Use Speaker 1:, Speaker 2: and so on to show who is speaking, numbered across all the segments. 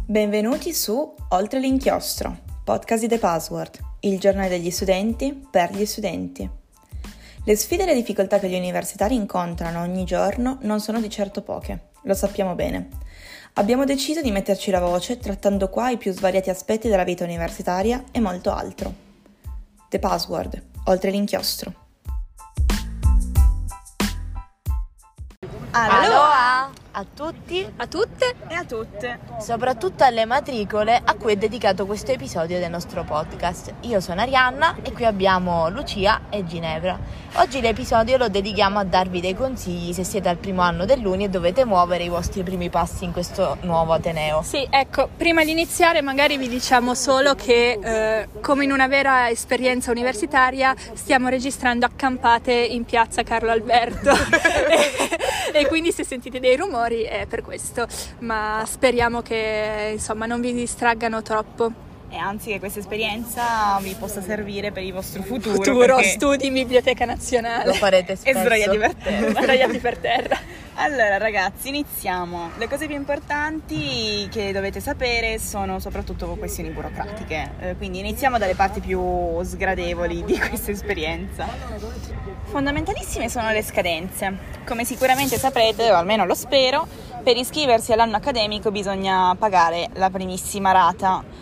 Speaker 1: Benvenuti su Oltre l'inchiostro, podcast di The Password, il giornale degli studenti per gli studenti. Le sfide e le difficoltà che gli universitari incontrano ogni giorno non sono di certo poche, lo sappiamo bene. Abbiamo deciso di metterci la voce trattando qua i più svariati aspetti della vita universitaria e molto altro. The Password, Oltre l'inchiostro.
Speaker 2: Aloha a tutti,
Speaker 3: a tutte
Speaker 1: e a tutte,
Speaker 2: soprattutto alle matricole a cui è dedicato questo episodio del nostro podcast. Io sono Arianna e qui abbiamo Lucia e Ginevra. Oggi l'episodio lo dedichiamo a darvi dei consigli se siete al primo anno dell'Uni e dovete muovere i vostri primi passi in questo nuovo ateneo.
Speaker 3: Sì, ecco, prima di iniziare magari vi diciamo solo che come in una vera esperienza universitaria stiamo registrando accampate in piazza Carlo Alberto e quindi se sentite dei rumori è per questo, ma speriamo che insomma non vi distraggano troppo.
Speaker 1: E anzi che questa esperienza vi possa servire per il vostro futuro perché...
Speaker 3: studi in Biblioteca Nazionale.
Speaker 2: Lo farete spesso.
Speaker 1: E sdraiati per terra.
Speaker 3: Sdraiati per terra.
Speaker 1: Allora ragazzi, iniziamo. Le cose più importanti che dovete sapere sono soprattutto questioni burocratiche, quindi iniziamo dalle parti più sgradevoli di questa esperienza. Fondamentalissime sono le scadenze. Come sicuramente saprete, o almeno lo spero, per iscriversi all'anno accademico bisogna pagare la primissima rata.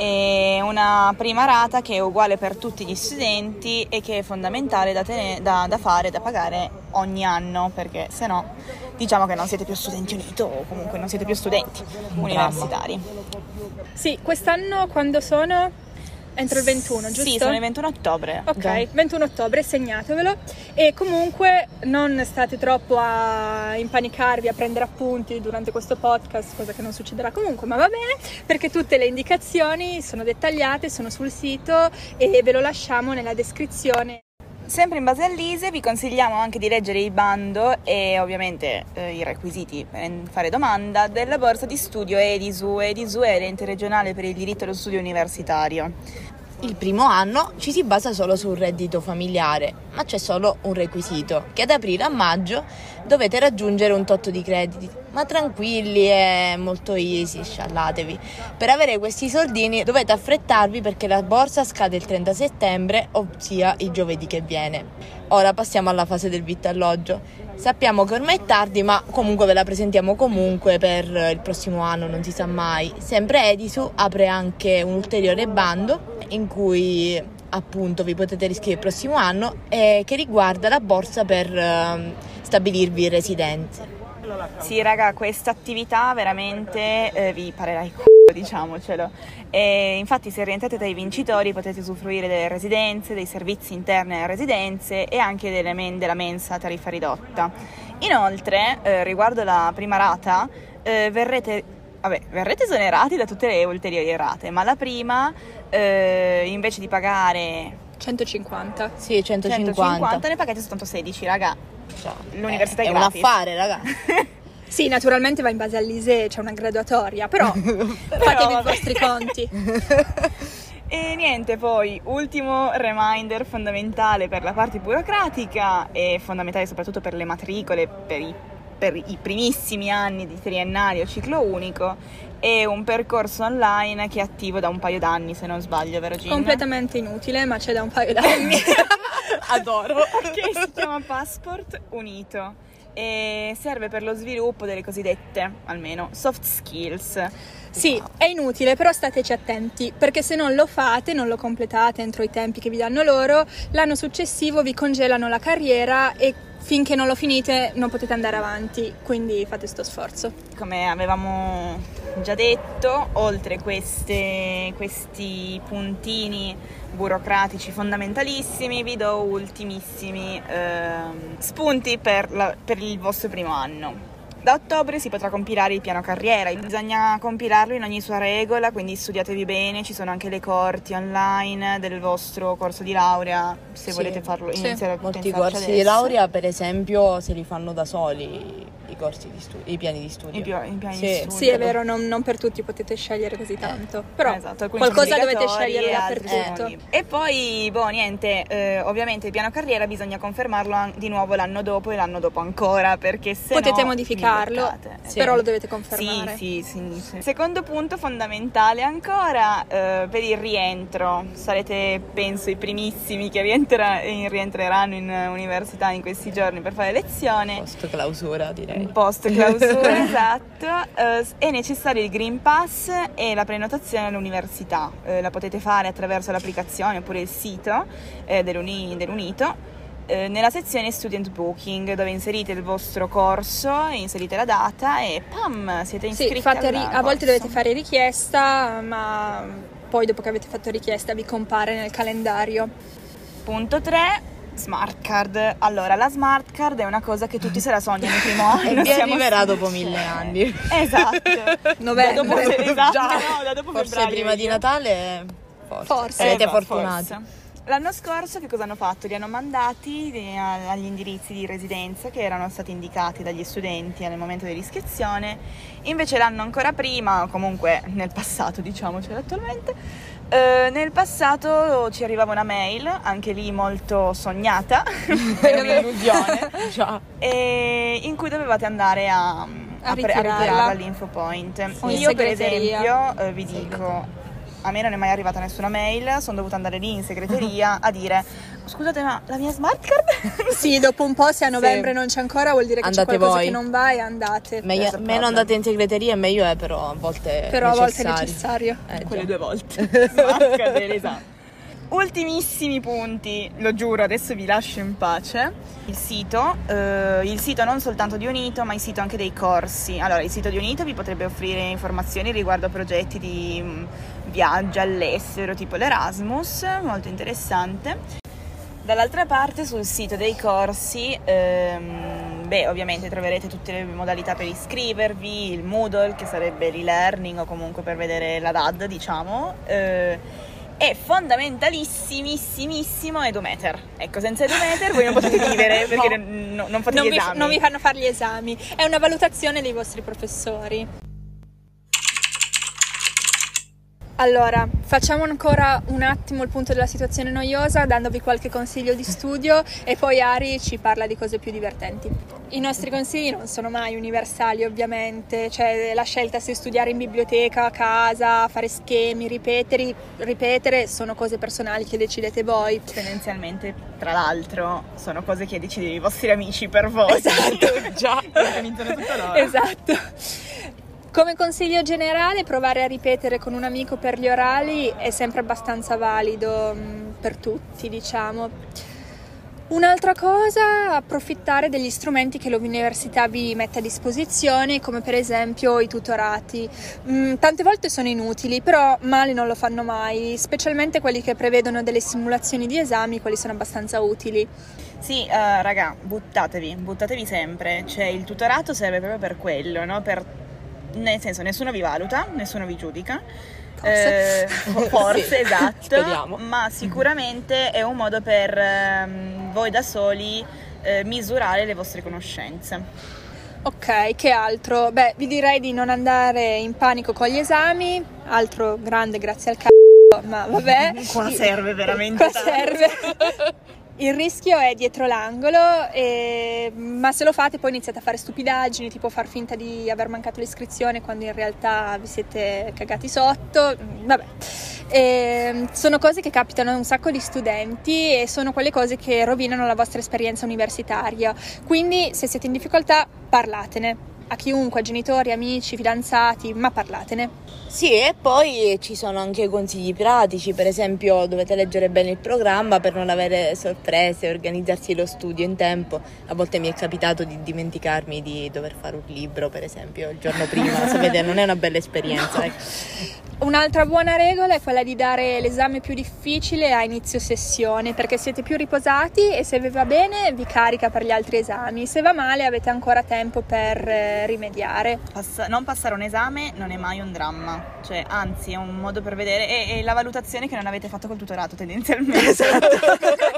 Speaker 1: È una prima rata che è uguale per tutti gli studenti e che è fondamentale da pagare ogni anno, perché se no diciamo che non siete più studenti uniti o comunque non siete più studenti universitari.
Speaker 3: Sì, quest'anno quando sono? Entro il 21, giusto?
Speaker 1: Sì, sono il 21 ottobre.
Speaker 3: Ok,
Speaker 1: Già.
Speaker 3: 21 ottobre, segnatevelo. E comunque non state troppo a impanicarvi, a prendere appunti durante questo podcast, cosa che non succederà comunque, ma va bene, perché tutte le indicazioni sono dettagliate, sono sul sito e ve lo lasciamo nella descrizione.
Speaker 1: Sempre in base all'ISEE vi consigliamo anche di leggere il bando e ovviamente i requisiti per fare domanda della borsa di studio EDISU. EDISU è l'ente regionale per il diritto allo studio universitario.
Speaker 2: Il primo anno ci si basa solo sul reddito familiare, ma c'è solo un requisito, che ad aprile a maggio dovete raggiungere un tot di crediti. Ma tranquilli, è molto easy, sciallatevi. Per avere questi soldini dovete affrettarvi perché la borsa scade il 30 settembre, ossia il giovedì che viene. Ora passiamo alla fase del vitto e alloggio. Sappiamo che ormai è tardi, ma comunque ve la presentiamo comunque per il prossimo anno, non si sa mai. Sempre Edisu apre anche un ulteriore bando in cui appunto vi potete riscrivere il prossimo anno e che riguarda la borsa per stabilirvi residenze.
Speaker 1: Sì raga, questa attività veramente vi parerà il diciamocelo. E infatti se rientrate tra i vincitori potete usufruire delle residenze, dei servizi interni alle residenze e anche della mensa a tariffa ridotta. Inoltre, riguardo la prima rata, verrete esonerati da tutte le ulteriori rate, ma la prima invece di pagare
Speaker 3: 150.
Speaker 2: Sì, 150
Speaker 1: ne pagate soltanto 16, raga.
Speaker 2: Cioè,
Speaker 1: L'università è
Speaker 2: un
Speaker 1: gratis.
Speaker 2: affare, raga.
Speaker 3: Sì, naturalmente va in base all'ISEE, c'è una graduatoria, però fatevi i vostri conti.
Speaker 1: E niente, poi ultimo reminder fondamentale per la parte burocratica e fondamentale soprattutto per le matricole, per i primissimi anni di triennale o ciclo unico, è un percorso online che è attivo da un paio d'anni, se non sbaglio, vero Gina?
Speaker 3: Completamente inutile, ma c'è da un paio d'anni.
Speaker 1: Adoro. Che si chiama Passport Unito e serve per lo sviluppo delle cosiddette, almeno, soft skills.
Speaker 3: Sì, è inutile, però stateci attenti, perché se non lo fate, non lo completate entro i tempi che vi danno loro, l'anno successivo vi congelano la carriera e finché non lo finite non potete andare avanti, quindi fate sto sforzo.
Speaker 1: Come avevamo già detto, oltre questi puntini burocratici fondamentalissimi, vi do ultimissimi spunti per il vostro primo anno. Da ottobre si potrà compilare il piano carriera, bisogna compilarlo in ogni sua regola, quindi studiatevi bene, ci sono anche le corti online del vostro corso di laurea, se volete farlo iniziare a
Speaker 2: molti
Speaker 1: pensarci
Speaker 2: corsi
Speaker 1: adesso.
Speaker 2: di laurea per esempio se li fanno da soli i i corsi di studio, i piani di studio.
Speaker 1: I piani di
Speaker 2: Sì.
Speaker 1: studio.
Speaker 3: Sì, è vero, non per tutti potete scegliere così tanto, però
Speaker 1: Esatto, alcuni sono
Speaker 3: qualcosa dovete
Speaker 1: obbligatori
Speaker 3: scegliere
Speaker 1: e altri
Speaker 3: dappertutto.
Speaker 1: sono liberi. E poi, niente, ovviamente il piano carriera bisogna confermarlo di nuovo l'anno dopo e l'anno dopo ancora, perché se
Speaker 3: Potete
Speaker 1: no
Speaker 3: modificarlo,
Speaker 1: vi bloccate.
Speaker 2: Sì.
Speaker 3: però lo dovete confermare.
Speaker 1: Sì. Secondo punto fondamentale ancora, per il rientro. Sarete, penso, i primissimi che rientreranno in università in questi giorni per fare lezione.
Speaker 2: Post clausura, direi.
Speaker 1: Post clausura, esatto. È necessario il Green Pass e la prenotazione all'università. La potete fare attraverso l'applicazione oppure il sito dell'Unito. Nella sezione Student Booking, dove inserite il vostro corso, inserite la data e pam, siete iscritti
Speaker 3: Sì, a volte dovete fare richiesta, ma poi dopo che avete fatto richiesta vi compare nel calendario.
Speaker 1: Punto 3, smart card. Allora, la smart card è una cosa che tutti se la sognano il primo anno.
Speaker 2: E vi
Speaker 1: siamo
Speaker 2: arriverà dopo
Speaker 1: sinceri.
Speaker 2: 1000 anni.
Speaker 1: Esatto.
Speaker 3: Novembre.
Speaker 1: Esatto,
Speaker 2: Già.
Speaker 1: no, da dopo
Speaker 2: Forse
Speaker 1: febbraio
Speaker 2: prima di
Speaker 1: io.
Speaker 2: Natale,
Speaker 3: Forse.
Speaker 2: siete
Speaker 1: Forse.
Speaker 2: fortunati.
Speaker 1: L'anno scorso che cosa hanno fatto? Li hanno mandati agli indirizzi di residenza che erano stati indicati dagli studenti al momento dell'iscrizione. Invece l'anno ancora prima, o comunque nel passato, diciamocelo attualmente, nel passato ci arrivava una mail, anche lì molto sognata, per un'illusione,
Speaker 2: Già.
Speaker 1: in cui dovevate andare a ritirarla all'info point.
Speaker 3: O in
Speaker 1: Io per
Speaker 3: segreteria.
Speaker 1: esempio vi dico, a me non è mai arrivata nessuna mail, sono dovuta andare lì in segreteria a dire scusate ma la mia smart card?
Speaker 3: Sì, dopo un po' se a novembre
Speaker 2: Sì.
Speaker 3: non c'è ancora vuol dire che
Speaker 2: Andate
Speaker 3: c'è qualcosa
Speaker 2: voi.
Speaker 3: che non va e andate.
Speaker 2: Meno andate in segreteria, meglio è, però a volte
Speaker 3: Però a volte è
Speaker 2: necessario.
Speaker 3: necessario.
Speaker 1: Quelle
Speaker 2: Già.
Speaker 1: 2 volte. Smart card e l'esame. Ultimissimi punti, lo giuro, adesso vi lascio in pace. Il sito non soltanto di Unito, ma il sito anche dei corsi. Allora, il sito di Unito vi potrebbe offrire informazioni riguardo a progetti di viaggio all'estero, tipo l'Erasmus, molto interessante. Dall'altra parte, sul sito dei corsi, ovviamente troverete tutte le modalità per iscrivervi, il Moodle, che sarebbe l'e-learning, o comunque per vedere la DAD, diciamo. È fondamentalissimissimo Edumeter. Ecco, senza Edumeter voi non potete vivere perché non fate gli esami.
Speaker 3: Non vi fanno fare gli esami, è una valutazione dei vostri professori. Allora, facciamo ancora un attimo il punto della situazione noiosa, dandovi qualche consiglio di studio e poi Ari ci parla di cose più divertenti. I nostri consigli non sono mai universali, ovviamente, cioè la scelta se studiare in biblioteca, a casa, fare schemi, ripetere sono cose personali che decidete voi.
Speaker 1: Tendenzialmente, tra l'altro, sono cose che decidono i vostri amici per voi.
Speaker 3: Esatto,
Speaker 1: già, organizzano tutto loro.
Speaker 3: Esatto. Come consiglio generale, provare a ripetere con un amico per gli orali è sempre abbastanza valido per tutti, diciamo. Un'altra cosa, approfittare degli strumenti che l'università vi mette a disposizione, come per esempio i tutorati. Tante volte sono inutili, però male non lo fanno mai, specialmente quelli che prevedono delle simulazioni di esami, quelli sono abbastanza utili.
Speaker 1: Sì, raga, buttatevi sempre. Cioè, il tutorato serve proprio per quello, no? Nel senso, nessuno vi valuta, nessuno vi giudica. Forse
Speaker 2: Sì,
Speaker 1: esatto.
Speaker 2: speriamo.
Speaker 1: Ma sicuramente è un modo per voi da soli misurare le vostre conoscenze.
Speaker 3: Ok, che altro? Beh, vi direi di non andare in panico con gli esami, altro grande grazie al c***o, ma vabbè.
Speaker 1: Qua serve veramente
Speaker 3: Qua serve. Il rischio è dietro l'angolo, ma se lo fate poi iniziate a fare stupidaggini, tipo far finta di aver mancato l'iscrizione quando in realtà vi siete cagati sotto, vabbè. Sono cose che capitano a un sacco di studenti e sono quelle cose che rovinano la vostra esperienza universitaria, quindi se siete in difficoltà parlatene. A chiunque, a genitori, amici, fidanzati, ma parlatene.
Speaker 2: Sì, e poi ci sono anche consigli pratici, per esempio dovete leggere bene il programma per non avere sorprese, organizzarsi lo studio in tempo. A volte mi è capitato di dimenticarmi di dover fare un libro, per esempio, il giorno prima, sapete, non è una bella esperienza.
Speaker 3: No. Ecco. Un'altra buona regola è quella di dare l'esame più difficile a inizio sessione, perché siete più riposati e se vi va bene vi carica per gli altri esami, se va male avete ancora tempo per rimediare.
Speaker 1: Non passare un esame non è mai un dramma, cioè anzi è un modo per vedere, è la valutazione che non avete fatto col tutorato tendenzialmente.
Speaker 2: Esatto.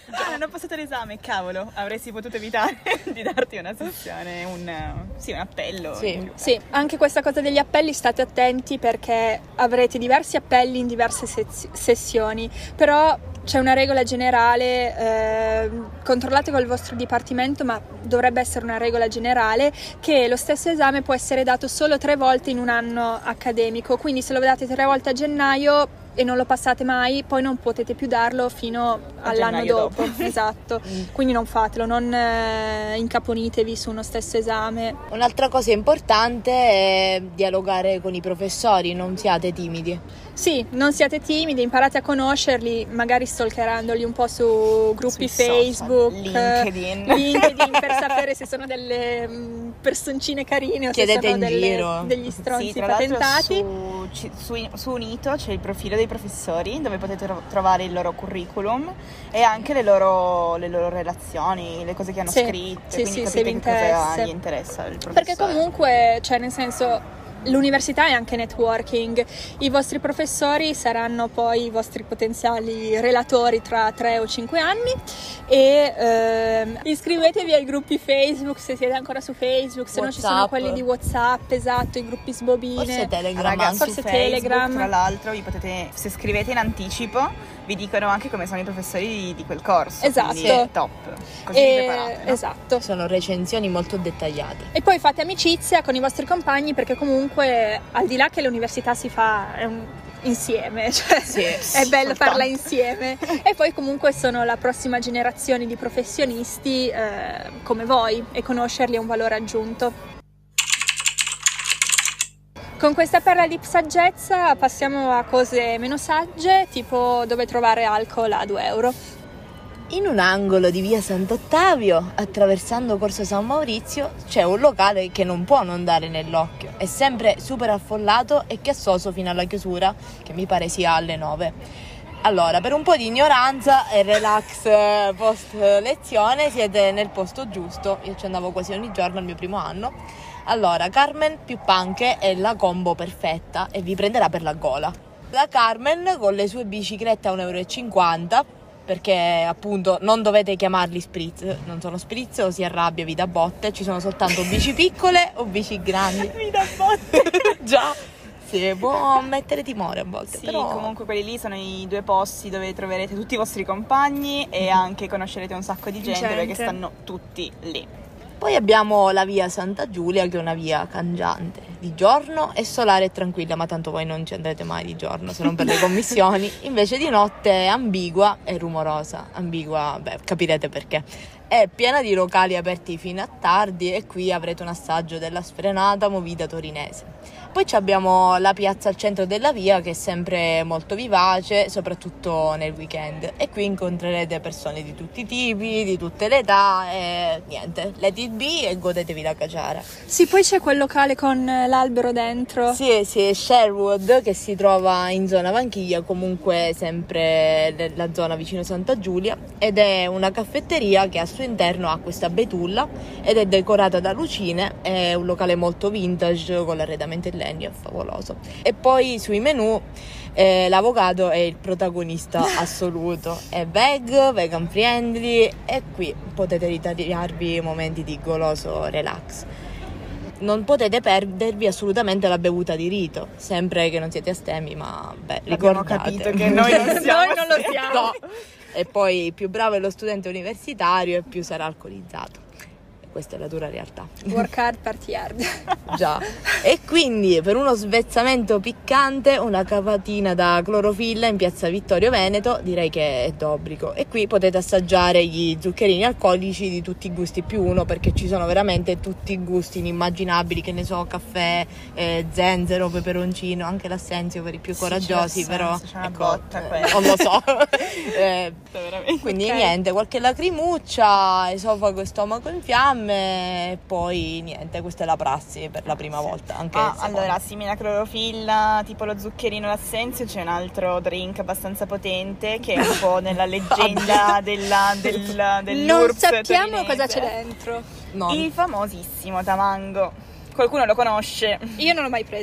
Speaker 1: Non ho passato l'esame, cavolo, avresti potuto evitare di darti una sessione, un appello.
Speaker 3: Sì, anche questa cosa degli appelli, state attenti perché avrete diversi appelli in diverse sessioni, però c'è una regola generale, controllate col vostro dipartimento, ma dovrebbe essere una regola generale, che lo stesso esame può essere dato solo 3 volte in un anno accademico, quindi se lo date 3 volte a gennaio e non lo passate mai, poi non potete più darlo fino all'anno dopo. Esatto, quindi non fatelo, non incaponitevi su uno stesso esame.
Speaker 2: Un'altra cosa importante è dialogare con i professori, non siate timidi.
Speaker 3: Sì, non siate timidi, imparate a conoscerli, magari stalkerandoli un po' su gruppi
Speaker 1: Sui
Speaker 3: Facebook,
Speaker 1: social, LinkedIn
Speaker 3: per sapere se sono delle personcine carine o
Speaker 2: chiedete
Speaker 3: se sono
Speaker 2: in giro
Speaker 3: degli stronzi
Speaker 1: tra
Speaker 3: patentati.
Speaker 1: Su Unito c'è il profilo dei professori dove potete trovare il loro curriculum e anche le loro relazioni, le cose che hanno scritto, quindi
Speaker 3: se vi
Speaker 1: capite che cosa gli interessa il professore.
Speaker 3: Perché comunque, cioè nel senso, l'università è anche networking, i vostri professori saranno poi i vostri potenziali relatori tra 3 o 5 anni e iscrivetevi ai gruppi Facebook se siete ancora su Facebook, se no ci sono quelli di WhatsApp, esatto, i gruppi sbobine,
Speaker 2: forse Telegram,
Speaker 1: ragazzi,
Speaker 3: forse
Speaker 1: Facebook,
Speaker 3: Telegram.
Speaker 1: Tra l'altro vi potete, se scrivete in anticipo vi dicono anche come sono i professori di quel corso,
Speaker 3: esatto,
Speaker 1: quindi è top, così vi preparate, no?
Speaker 3: Esatto.
Speaker 2: Sono recensioni molto dettagliate.
Speaker 3: E poi fate amicizia con i vostri compagni, perché comunque al di là che l'università si fa insieme, cioè è bello farla insieme, e poi comunque sono la prossima generazione di professionisti come voi, e conoscerli è un valore aggiunto. Con questa perla di saggezza passiamo a cose meno sagge, tipo dove trovare alcol a 2 euro.
Speaker 2: In un angolo di via Sant'Ottavio, attraversando Corso San Maurizio, c'è un locale che non può non dare nell'occhio. È sempre super affollato e chiassoso fino alla chiusura, che mi pare sia alle 9. Allora, per un po' di ignoranza e relax post lezione siete nel posto giusto. Io ci andavo quasi ogni giorno al mio primo anno. Allora, Carmen più panche è la combo perfetta e vi prenderà per la gola. La Carmen con le sue biciclette a 1,50 euro, perché appunto non dovete chiamarli spritz, non sono spritz o si arrabbia, vi dà botte, ci sono soltanto bici piccole o bici grandi.
Speaker 1: Vi dà botte!
Speaker 2: Già, sì, può mettere timore a volte.
Speaker 1: Sì,
Speaker 2: però
Speaker 1: comunque quelli lì sono i 2 posti dove troverete tutti i vostri compagni e anche conoscerete un sacco di gente perché stanno tutti lì.
Speaker 2: Poi abbiamo la via Santa Giulia, che è una via cangiante. Di giorno è solare e tranquilla, ma tanto voi non ci andrete mai di giorno se non per le commissioni. Invece di notte è ambigua e rumorosa. Ambigua, capirete perché. È piena di locali aperti fino a tardi e qui avrete un assaggio della sfrenata movida torinese. Poi abbiamo la piazza al centro della via, che è sempre molto vivace, soprattutto nel weekend, e qui incontrerete persone di tutti i tipi, di tutte le età e niente, let it be e godetevi la caciara.
Speaker 3: Sì, poi c'è quel locale con l'albero dentro.
Speaker 2: Sì, è Sherwood, che si trova in zona Vanchiglia, comunque sempre nella zona vicino Santa Giulia, ed è una caffetteria che al suo interno ha questa betulla ed è decorata da lucine. È un locale molto vintage con l'arredamento in legno, è favoloso. E poi sui menù l'avocado è il protagonista assoluto, è vegan friendly e qui potete ritagliarvi momenti di goloso relax. Non potete perdervi assolutamente la bevuta di rito, sempre che non siete astemi, ma
Speaker 1: abbiamo
Speaker 2: ricordate.
Speaker 1: capito che noi non siamo.
Speaker 3: Noi non lo siamo.
Speaker 2: No. E poi più bravo è lo studente universitario e più sarà alcolizzato. Questa è la dura realtà.
Speaker 3: Work hard, party hard.
Speaker 2: Già. E quindi per uno svezzamento piccante una cavatina da clorofilla in piazza Vittorio Veneto direi che è d'obbligo. E qui potete assaggiare gli zuccherini alcolici di tutti i gusti più uno, perché ci sono veramente tutti i gusti inimmaginabili, che ne so, caffè, zenzero, peperoncino, anche l'assenzio per i più coraggiosi, però
Speaker 1: c'è una botta quella.
Speaker 2: non lo so. Quindi
Speaker 3: Ok.
Speaker 2: niente, qualche lacrimuccia, esofago e stomaco in fiamme. E poi niente, questa è la prassi per la prima volta, anche
Speaker 1: allora, simile a clorofilla, tipo lo zuccherino l'assenzio, c'è un altro drink abbastanza potente che è un po' nella leggenda dell'URSS
Speaker 3: Non sappiamo
Speaker 1: torinese.
Speaker 3: cosa c'è dentro.
Speaker 2: no.
Speaker 1: Il famosissimo tamango. Qualcuno lo conosce?
Speaker 3: Io non l'ho mai preso.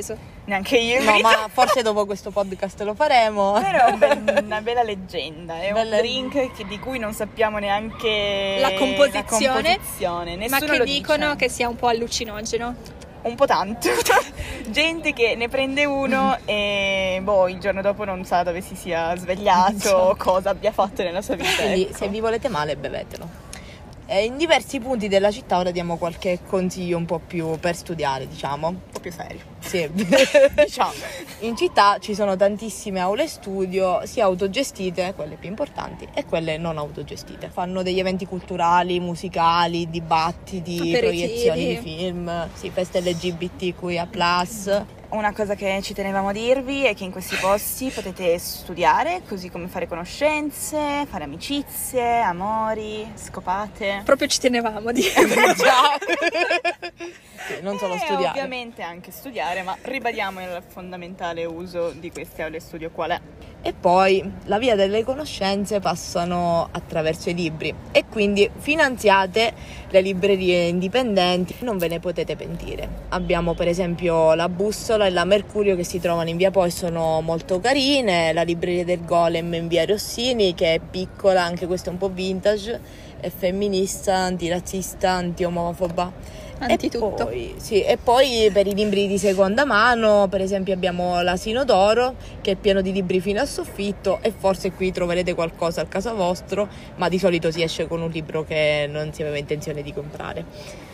Speaker 1: neanche io.
Speaker 2: No, ma forse dopo questo podcast lo faremo.
Speaker 1: Però è una bella leggenda, è
Speaker 2: Bella-
Speaker 1: un drink di cui non sappiamo neanche
Speaker 3: La composizione,
Speaker 1: ma
Speaker 3: ma che dicono che sia un po' allucinogeno.
Speaker 1: un po' tanto. Gente che ne prende uno e il giorno dopo non sa dove si sia svegliato o cosa abbia fatto nella sua vita.
Speaker 2: Quindi
Speaker 1: ecco.
Speaker 2: se vi volete male, bevetelo. In diversi punti della città ora diamo qualche consiglio un po' più per studiare, diciamo.
Speaker 1: Un po' più serio.
Speaker 2: Sì.
Speaker 1: Diciamo.
Speaker 2: In città ci sono tantissime aule studio, sia autogestite, quelle più importanti, e quelle non autogestite. Fanno degli eventi culturali, musicali, dibattiti,
Speaker 3: Aperitivi.
Speaker 2: proiezioni di film, sì, feste LGBTQIA+.
Speaker 1: Una cosa che ci tenevamo a dirvi è che in questi posti potete studiare, così come fare conoscenze, fare amicizie, amori, scopate.
Speaker 3: Proprio ci tenevamo a dire.
Speaker 2: Già. Sì, non solo
Speaker 1: E
Speaker 2: studiare.
Speaker 1: ovviamente anche studiare, ma ribadiamo il fondamentale uso di queste aule studio qual è.
Speaker 2: E poi la via delle conoscenze passano attraverso i libri e quindi finanziate le librerie indipendenti, non ve ne potete pentire. Abbiamo per esempio la Bussola e la Mercurio che si trovano in via Po e sono molto carine, la libreria del Golem in via Rossini che è piccola, anche questa è un po' vintage, è femminista, antirazzista, anti-omofoba.
Speaker 3: Antitutto.
Speaker 2: E poi per i libri di seconda mano, per esempio abbiamo l'Asino d'Oro che è pieno di libri fino al soffitto e forse qui troverete qualcosa al caso vostro, ma di solito si esce con un libro che non si aveva intenzione di comprare.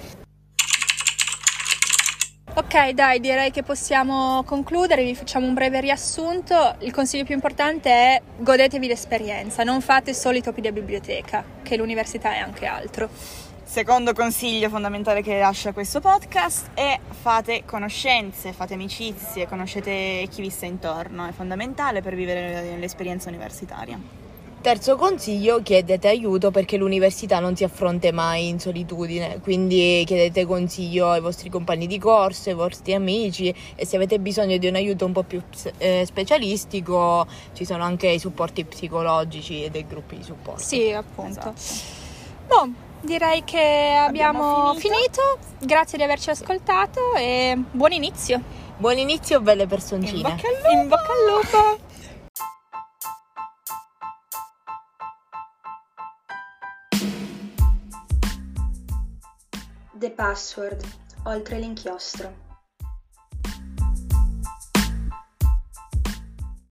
Speaker 3: Ok, dai, direi che possiamo concludere, vi facciamo un breve riassunto. Il consiglio più importante è: godetevi l'esperienza, non fate solo i topi da biblioteca, che l'università è anche altro.
Speaker 1: Secondo consiglio fondamentale che lascia questo podcast è: fate conoscenze, fate amicizie, conoscete chi vi sta intorno, è fondamentale per vivere l'esperienza universitaria.
Speaker 2: Terzo consiglio: chiedete aiuto perché l'università non si affronta mai in solitudine, quindi chiedete consiglio ai vostri compagni di corso, ai vostri amici, e se avete bisogno di un aiuto un po' più specialistico ci sono anche i supporti psicologici e dei gruppi di supporto.
Speaker 3: Sì, appunto.
Speaker 1: Esatto.
Speaker 3: Direi che abbiamo finito. Grazie di averci ascoltato e buon inizio.
Speaker 2: Buon inizio, belle personcine.
Speaker 3: In bocca al lupo.
Speaker 4: The Password, oltre l'inchiostro.